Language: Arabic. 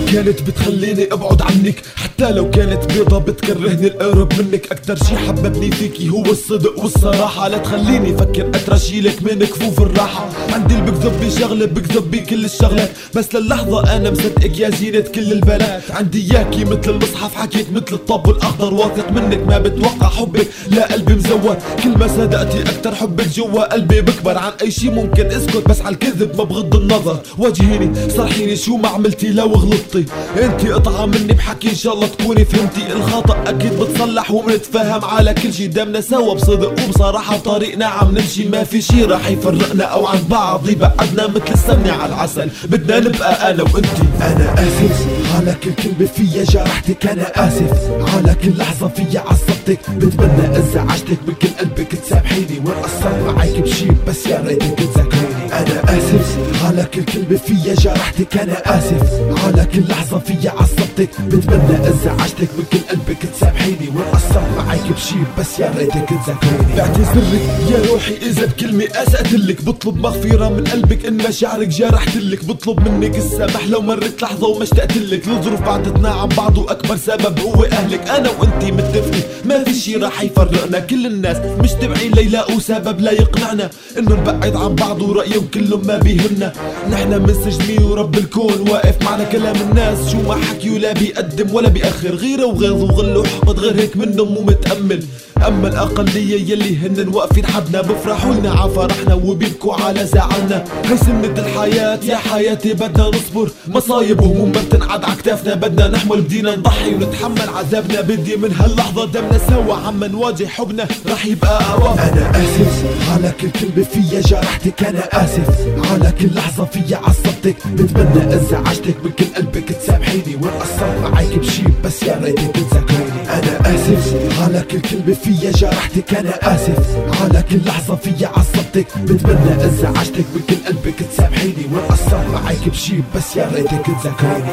كانت بتخليني ابعد عنك، حتى لو كانت بيضة بتكرهني القرب منك. اكتر شي حببني فيكي هو الصدق والصراحة، لا تخليني فكر اترشيلك من كفوف الراحة. عندي اللي بكذب بي شغلة بكذب بي كل الشغلات، بس للحظة انا مصدقك يا زينة كل البنات. عندي اياكي مثل المصحف حكيك مثل الطب الاخضر، واثق منك ما بتوقع حبك لا قلبي مزور. كل ما صدقتي اكتر حبك جوا قلبي بكبر. عن اي شي ممكن اسكت بس على الكذب ما بغض النظر. واجهيني صرحيني شو ما عملتي لو غلطتي، انتي قطعة مني بحكي ان شاء الله تكوني فهمتي. الخطأ اكيد بتصلح وبنتفاهم على كل شي، دامنا سوا بصدق وبصراحة بطريقنا عم نمشي. ما في شي راح يفرقنا او عن بعض يبعدنا مثل السمنة على العسل، بدنا نبقى انا وانتي. انا اسف على كل كلمة فيا جرحتك، انا اسف على كل لحظة فيا عصبتك. بتمنى ازعجتك من كل قلبك تسامحيني، وان قصرت معاك بشي بس يا ريتك تذكريني. انا اسف على كل كلمة فيا جرحتك، انا اسف على كل لحظة فيا عصبتك. بتمنى ازعجتك من كل قلبك تسامحيني، وان قصرت معاك بشي بس يا ريتك تذكريني. بعتذرلك يا روحي اذا بكلمة اسأتلك، بطلب مغفرة من قلبك ان مشاعرك جرحتلك. بطلب منك السمح لو مرت لحظة وما اشتقتلك. الظروف بعدتنا عن بعض واكبر سبب هو اهلك. انا وانتي متفقين ما في شي راح يفرقنا، كل الناس مش تبعين ليلاقوا سبب لا يقنعنا انه نبعد عن بعض ورأيهم كلهم ما بيهمنا. نحنا منسجمين ورب الكون واقف معنا. كلام الناس شو ما حكيوا لا بيقدم ولا بيأخر، غيرة وغيظ وغل وحقد غير هيك منهم مو متأمل. اما الاقلية يلي هن واقفين حدنا بفرحوا لنا ع فرحنا وبيبكوا على زعلنا. هي سنة الحياة يا حياتي بدنا نصبر، مصايب وهموم ما بتنعد عكتافنا. بدنا نحمل بدينا نضحي ونتحمل عذابنا. بدي من هاللحظة دمنا سوا عم نواجه حبنا راح يبقى اقوى. انا اسف على كل كلمة فيا جرحتك، انا اسف على كل لحظة فيا عصبتك. بتمنى ازعجتك من كل قلبك تسامحيني، وان قصرت معاك بشي بس يا ريتك تذكريني. انا اسف على كل كلمة فيا جرحتك، انا اسف على كل لحظة فيا عصبتك. بتمنى ازعجتك من كل قلبك تسامحيني، وان قصرت معاك بشي بس يا ريتك تذكريني.